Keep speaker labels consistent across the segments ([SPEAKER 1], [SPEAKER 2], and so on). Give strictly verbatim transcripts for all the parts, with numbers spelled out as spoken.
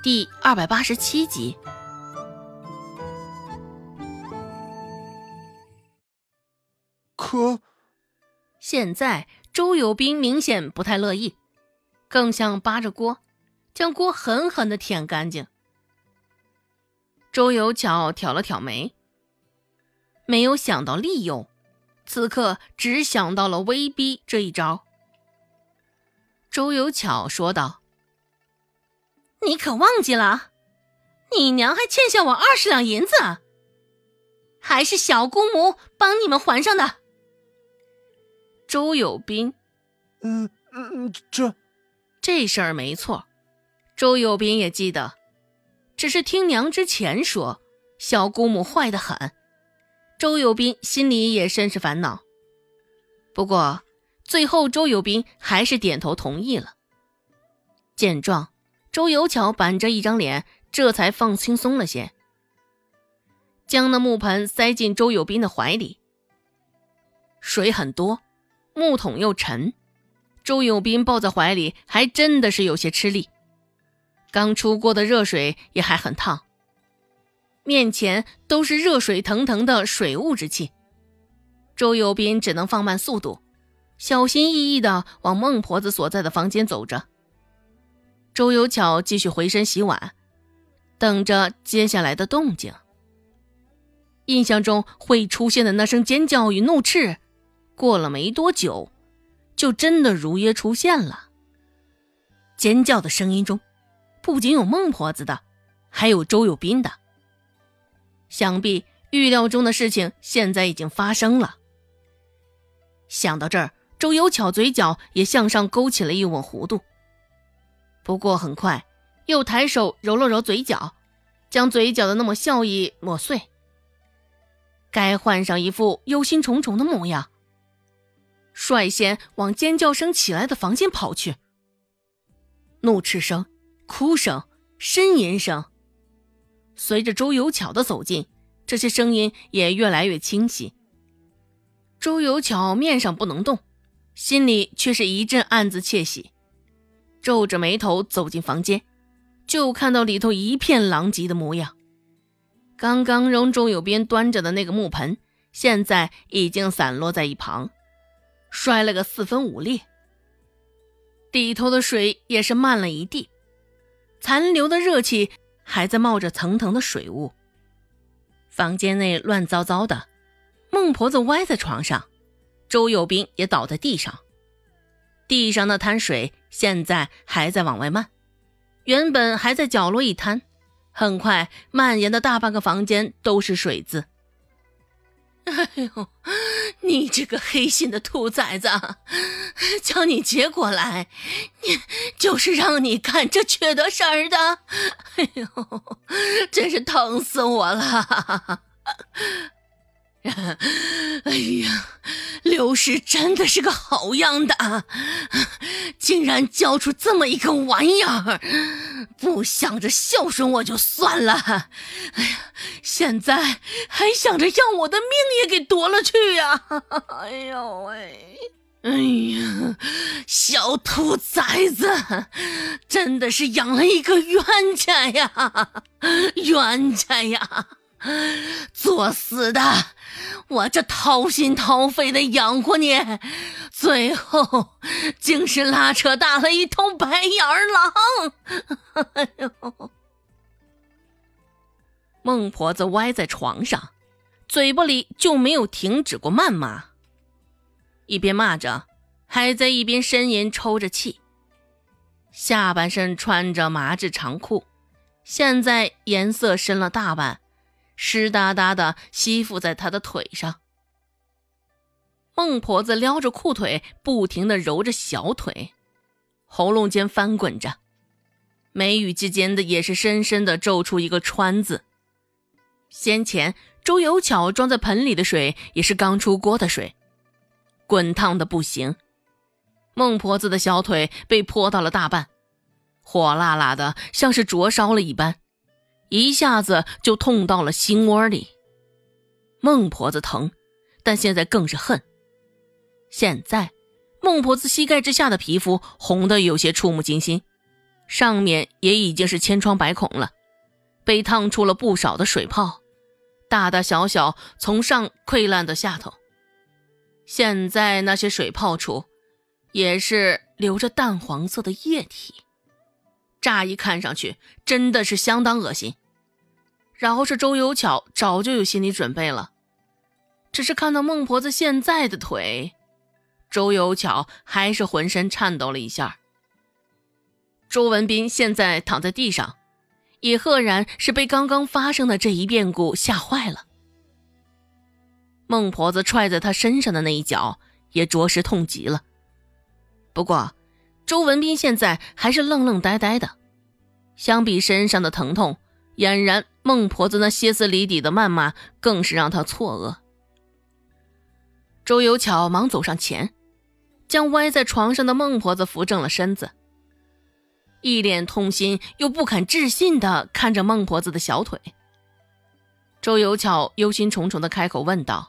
[SPEAKER 1] 第二百八十七集。
[SPEAKER 2] 可
[SPEAKER 1] 现在周有斌明显不太乐意，更像扒着锅，将锅狠狠地舔干净。周有巧挑了挑眉，没有想到利诱，此刻只想到了威逼这一招。周有巧说道：你可忘记了，你娘还欠下我二十两银子，还是小姑母帮你们还上的。周有斌，
[SPEAKER 2] 嗯嗯，这
[SPEAKER 1] 这事儿没错，周有斌也记得，只是听娘之前说小姑母坏得很，周有斌心里也甚是烦恼。不过最后周有斌还是点头同意了。见状，周有巧板着一张脸，这才放轻松了些，将那木盆塞进周有斌的怀里。水很多，木桶又沉，周有斌抱在怀里还真的是有些吃力。刚出锅的热水也还很烫，面前都是热水腾腾的水雾之气。周有斌只能放慢速度，小心翼翼地往孟婆子所在的房间走着。周有巧继续回身洗碗，等着接下来的动静。印象中会出现的那声尖叫与怒斥，过了没多久，就真的如约出现了。尖叫的声音中，不仅有孟婆子的，还有周有斌的。想必预料中的事情现在已经发生了。想到这儿，周有巧嘴角也向上勾起了一吻弧度。不过很快又抬手揉了揉嘴角，将嘴角的那抹笑意抹碎，该换上一副忧心忡忡的模样，率先往尖叫声起来的房间跑去。怒斥声、哭声、呻吟声，随着周有巧的走近，这些声音也越来越清晰。周有巧面上不能动，心里却是一阵暗自窃喜，皱着眉头走进房间，就看到里头一片狼藉的模样。刚刚扔周有斌端着的那个木盆，现在已经散落在一旁，摔了个四分五裂，里头的水也是漫了一地，残留的热气还在冒着层层的水雾。房间内乱糟糟的，孟婆子歪在床上，周有斌也倒在地上，地上那滩水现在还在往外漫，原本还在角落一滩，很快蔓延的大半个房间都是水渍。哎呦，你这个黑心的兔崽子，叫你结果来，你就是让你干这缺德事儿的。哎呦，真是疼死我了。哎呀，刘氏真的是个好样的，竟然教出这么一个玩意儿，不想着孝顺我就算了，哎呀，现在还想着让我的命也给夺了去呀！哎呦喂，哎呀，小兔崽子，真的是养了一个冤家呀，冤家呀！作死的，我这掏心掏肺的养活你，最后竟是拉扯大了一头白眼狼。哎呦！孟婆子歪在床上，嘴巴里就没有停止过谩骂，一边骂着，还在一边呻吟抽着气。下半身穿着麻质长裤，现在颜色深了大半，湿哒哒的吸附在他的腿上。孟婆子撩着裤腿，不停地揉着小腿，喉咙间翻滚着，眉宇之间的也是深深地皱出一个川字。先前周有巧装在盆里的水也是刚出锅的水，滚烫的不行。孟婆子的小腿被泼到了大半，火辣辣的像是灼烧了一般，一下子就痛到了心窝里。孟婆子疼，但现在更是恨。现在孟婆子膝盖之下的皮肤红得有些触目惊心， 上面也已经是千疮百孔了，被烫出了不少的水泡，大大小小，从上溃烂到下头。现在那些水泡处也是流着淡黄色的液体，乍一看上去真的是相当恶心。饶是周有巧早就有心理准备了，只是看到孟婆子现在的腿，周有巧还是浑身颤抖了一下。周文斌现在躺在地上，也赫然是被刚刚发生的这一变故吓坏了。孟婆子踹在他身上的那一脚也着实痛极了，不过周文斌现在还是愣愣呆呆的，相比身上的疼痛，俨然孟婆子那歇斯底里的谩骂更是让他错愕。周有巧忙走上前，将歪在床上的孟婆子扶正了身子，一脸痛心又不敢置信地看着孟婆子的小腿。周有巧忧心忡忡地开口问道：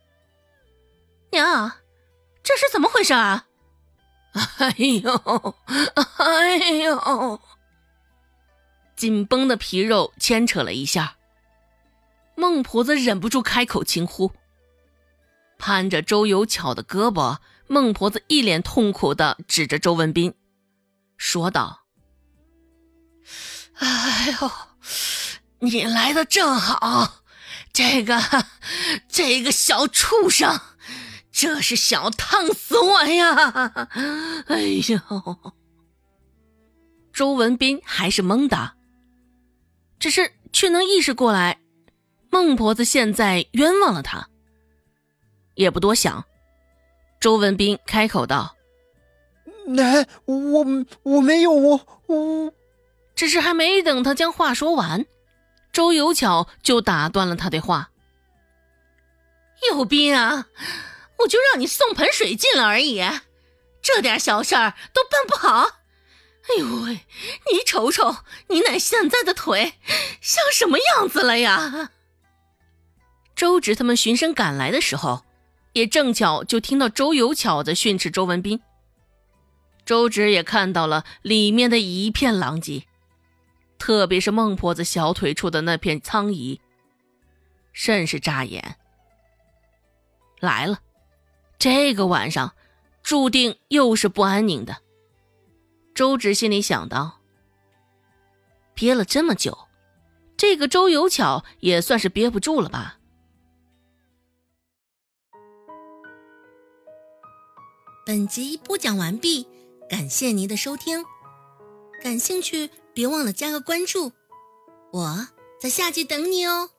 [SPEAKER 1] 娘，这是怎么回事啊？哎呦，哎呦！紧绷的皮肉牵扯了一下，孟婆子忍不住开口轻呼。攀着周有巧的胳膊，孟婆子一脸痛苦地指着周文斌说道：哎呦，你来的正好，这个这个小畜生，这是想烫死我呀！哎呦！周文斌还是懵的，只是却能意识过来，孟婆子现在冤枉了他。也不多想，周文斌开口道：
[SPEAKER 2] 奶，我我没有，我我……
[SPEAKER 1] 只是还没等他将话说完，周有巧就打断了他的话：有斌啊，我就让你送盆水进了而已，这点小事儿都办不好。哎呦喂，你瞅瞅你奶现在的腿像什么样子了呀？周芷他们循声赶来的时候，也正巧就听到周有巧在训斥周文斌。周芷也看到了里面的一片狼藉，特别是孟婆子小腿处的那片苍夷，甚是扎眼。来了，这个晚上注定又是不安宁的。周芷心里想到，憋了这么久，这个周有巧也算是憋不住了吧。
[SPEAKER 3] 本集播讲完毕，感谢您的收听。感兴趣别忘了加个关注，我在下集等你哦。